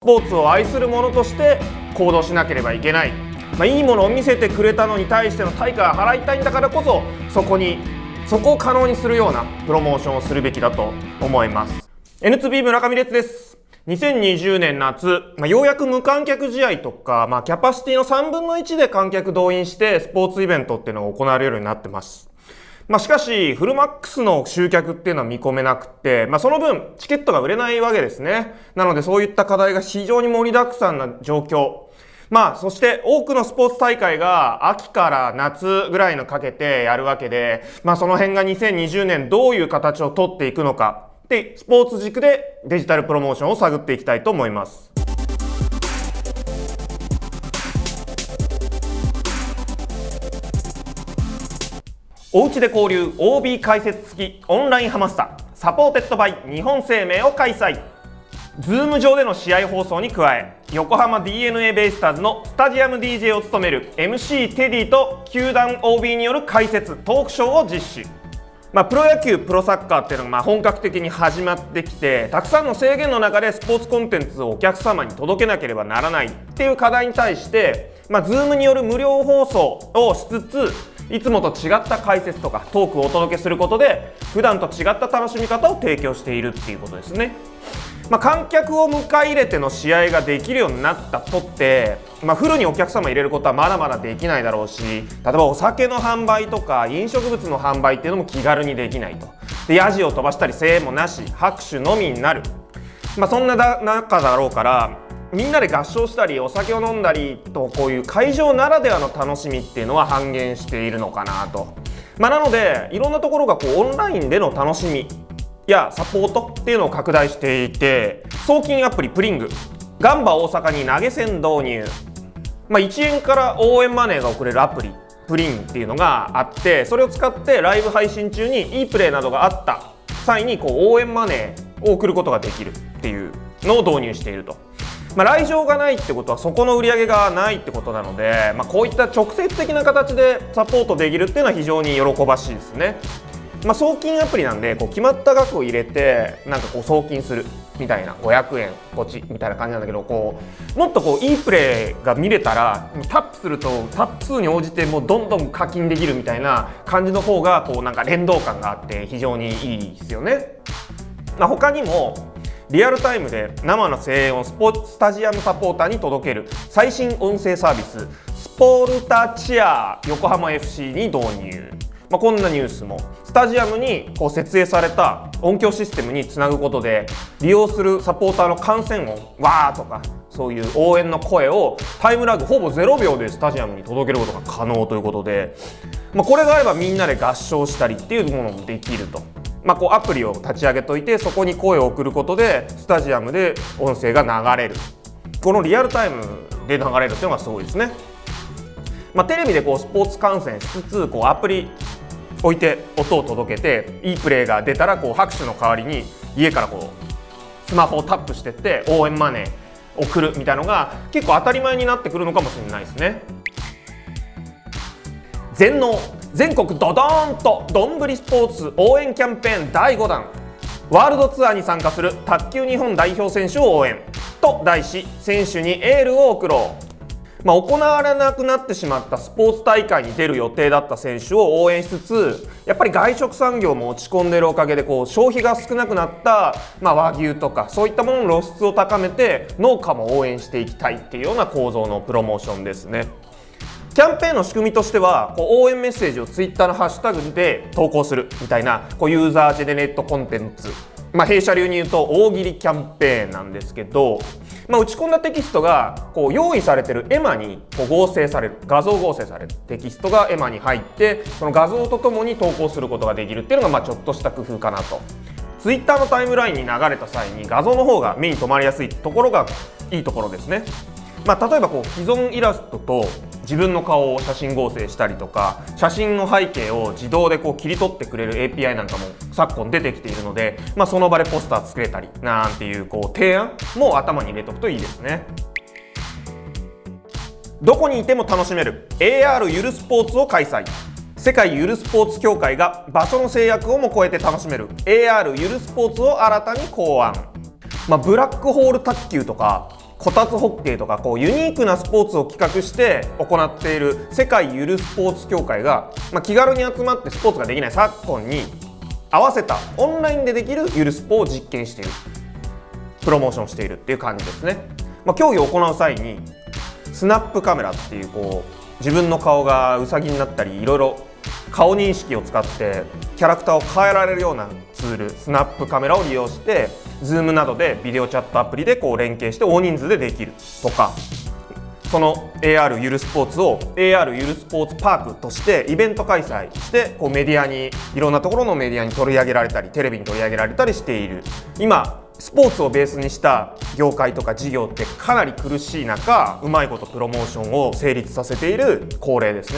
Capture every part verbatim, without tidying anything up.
ポーツを愛する者として行動しなければいけない、まあ、いいものを見せてくれたのに対しての対価を払いたいんだからこそ、そこにそこを可能にするようなプロモーションをするべきだと思います。 エヌツービー 村上烈です。にせんにじゅうねん夏、まあ、ようやく無観客試合とか、まあ、キャパシティのさんぶんのいちで観客動員してスポーツイベントっていうのが行われるようになってます。まあ、しかしフルマックスの集客っていうのは見込めなくて、まあ、その分チケットが売れないわけですね。なのでそういった課題が非常に盛りだくさんな状況。まあそして多くのスポーツ大会が秋から夏ぐらいのかけてやるわけで、まあその辺がにせんにじゅうねんどういう形をとっていくのかで、スポーツ軸でデジタルプロモーションを探っていきたいと思います。おうちで交流 オービー 解説付きオンラインハマスタサポーテッドバイ日本生命を開催。ズーム上での試合放送に加え、横浜 ディーエヌエー ベイスターズのスタジアム ディージェー を務める エムシー テディと球団 オービー による解説トークショーを実施。まあ、プロ野球プロサッカーっていうのがまあ本格的に始まってきて、たくさんの制限の中でスポーツコンテンツをお客様に届けなければならないっていう課題に対して、まあ、ズームによる無料放送をしつつ、いつもと違った解説とかトークをお届けすることで普段と違った楽しみ方を提供しているっていうことですね。まあ、観客を迎え入れての試合ができるようになったとって、まあ、フルにお客様入れることはまだまだできないだろうし、例えばお酒の販売とか飲食物の販売っていうのも気軽にできないと。で、ヤジを飛ばしたり声援もなし、拍手のみになる、まあ、そんな中だろうから、みんなで合唱したりお酒を飲んだりと、こういう会場ならではの楽しみっていうのは半減しているのかなと。まあ、なのでいろんなところがこうオンラインでの楽しみやサポートっていうのを拡大していて、送金アプリプリング、ガンバ大阪に投げ銭導入、まあ、いちえんから応援マネーが送れるアプリプリンっていうのがあって、それを使ってライブ配信中にいいプレーなどがあった際にこう応援マネーを送ることができるっていうのを導入していると。まあ、来場がないってことはそこの売り上げがないってことなので、まあ、こういった直接的な形でサポートできるっていうのは非常に喜ばしいですね。まあ、送金アプリなんでこう決まった額を入れてなんかこう送金するみたいな、ごひゃくえんポチみたいな感じなんだけど、こうもっとこういいプレーが見れたらタップするとタップ数に応じてもうどんどん課金できるみたいな感じの方がこうなんか連動感があって非常にいいですよね。まあ、他にもリアルタイムで生の声援をスポスタジアムサポーターに届ける最新音声サービススポルタチア横浜 エフシー に導入。まあ、こんなニュースもスタジアムにこう設営された音響システムにつなぐことで、利用するサポーターの観戦音わーとかそういう応援の声をタイムラグほぼゼロびょうでスタジアムに届けることが可能ということで、まあ、これがあればみんなで合唱したりっていうものもできると。まあ、こうアプリを立ち上げといてそこに声を送ることでスタジアムで音声が流れる、このリアルタイムで流れるっていうのがすごいですね。まあ、テレビでこうスポーツ観戦しつつこうアプリ置いて音を届けていいプレーが出たらこう拍手の代わりに家からこうスマホをタップしてって応援マネー送るみたいなのが結構当たり前になってくるのかもしれないですね。全農全国ドドーンとどんぶりスポーツ応援キャンペーンだいごだん、ワールドツアーに参加する卓球日本代表選手を応援と題し、選手にエールを送ろう。まあ、行われなくなってしまったスポーツ大会に出る予定だった選手を応援しつつ、やっぱり外食産業も落ち込んでいるおかげでこう消費が少なくなった、まあ、和牛とかそういったものの露出を高めて農家も応援していきたいっていうような構造のプロモーションですね。キャンペーンの仕組みとしてはこう応援メッセージをツイッターのハッシュタグで投稿するみたいなこうユーザージェネレートコンテンツ、まあ、弊社流に言うと大喜利キャンペーンなんですけど、まあ、打ち込んだテキストがこう用意されてるエマにこう合成される、画像合成されるテキストがエマに入ってその画像とともに投稿することができるっていうのがまあちょっとした工夫かなと。ツイッターのタイムラインに流れた際に画像の方が目に留まりやすいところがいいところですね。まあ、例えばこう既存イラストと自分の顔を写真合成したりとか、写真の背景を自動でこう切り取ってくれる エーピーアイ なんかも昨今出てきているので、まあ、その場でポスター作れたりなんていうこう提案も頭に入れておくといいですね。どこにいても楽しめる エーアール ゆるスポーツを開催。世界ゆるスポーツ協会が場所の制約をも超えて楽しめる エーアール ゆるスポーツを新たに考案。まあ、ブラックホール卓球とかこたつホッケーとかこうユニークなスポーツを企画して行っている世界ゆるスポーツ協会が、まあ、気軽に集まってスポーツができない昨今に合わせたオンラインでできるゆるスポを実験している、プロモーションしているっていう感じですね。まあ、競技を行う際にスナップカメラっていうこう自分の顔がウサギになったりいろいろ顔認識を使ってキャラクターを変えられるようなツールスナップカメラを利用して Zoom などでビデオチャットアプリでこう連携して大人数でできるとか、その エーアール ゆるスポーツを エーアール ゆるスポーツパークとしてイベント開催してこうメディアにいろんなところのメディアに取り上げられたりテレビに取り上げられたりしている。今スポーツをベースにした業界とか事業ってかなり苦しい中、うまいことプロモーションを成立させている恒例ですね。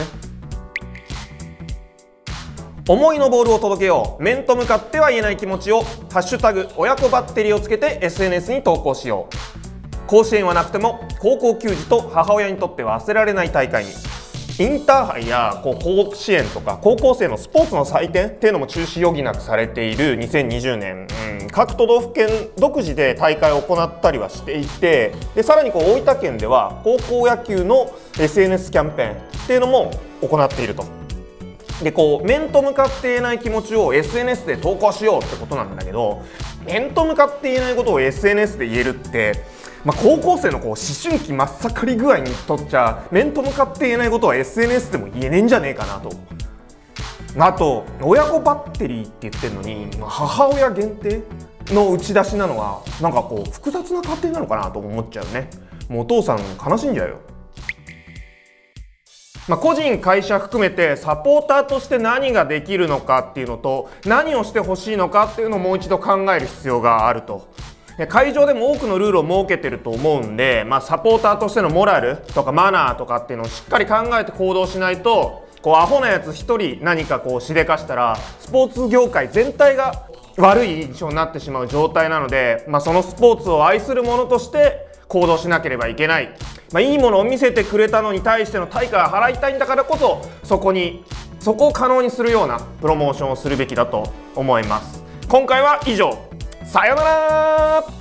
思いのボールを届けよう、面と向かっては言えない気持ちをハッシュタグ親子バッテリーをつけて エスエヌエス に投稿しよう。甲子園はなくても高校球児と母親にとって忘れられない大会に。インターハイやこう甲子園とか高校生のスポーツの祭典っていうのも中止余儀なくされているにせんにじゅうねん、うん、各都道府県独自で大会を行ったりはしていて、でさらにこう大分県では高校野球の エスエヌエス キャンペーンっていうのも行っていると。でこう面と向かって言えない気持ちを エスエヌエス で投稿しようってことなんだけど、面と向かって言えないことを エスエヌエス で言えるって、まあ、高校生のこう思春期真っ盛り具合にとっちゃ面と向かって言えないことは エスエヌエス でも言えねえんじゃねえかなと。あと親子バッテリーって言ってるのに、まあ、母親限定の打ち出しなのはなんかこう複雑な家庭なのかなと思っちゃうね。もうお父さん悲しんじゃうよ。まあ、個人会社含めてサポーターとして何ができるのかっていうのと何をしてほしいのかっていうのをもう一度考える必要があると。会場でも多くのルールを設けてると思うんで、まあ、サポーターとしてのモラルとかマナーとかっていうのをしっかり考えて行動しないと、こうアホなやつ一人何かこうしでかしたらスポーツ業界全体が悪い印象になってしまう状態なので、まあ、そのスポーツを愛する者として行動しなければいけない。まあ、いいものを見せてくれたのに対しての対価を払いたいんだからこそ、そこにそこを可能にするようなプロモーションをするべきだと思います。今回は以上。さようなら。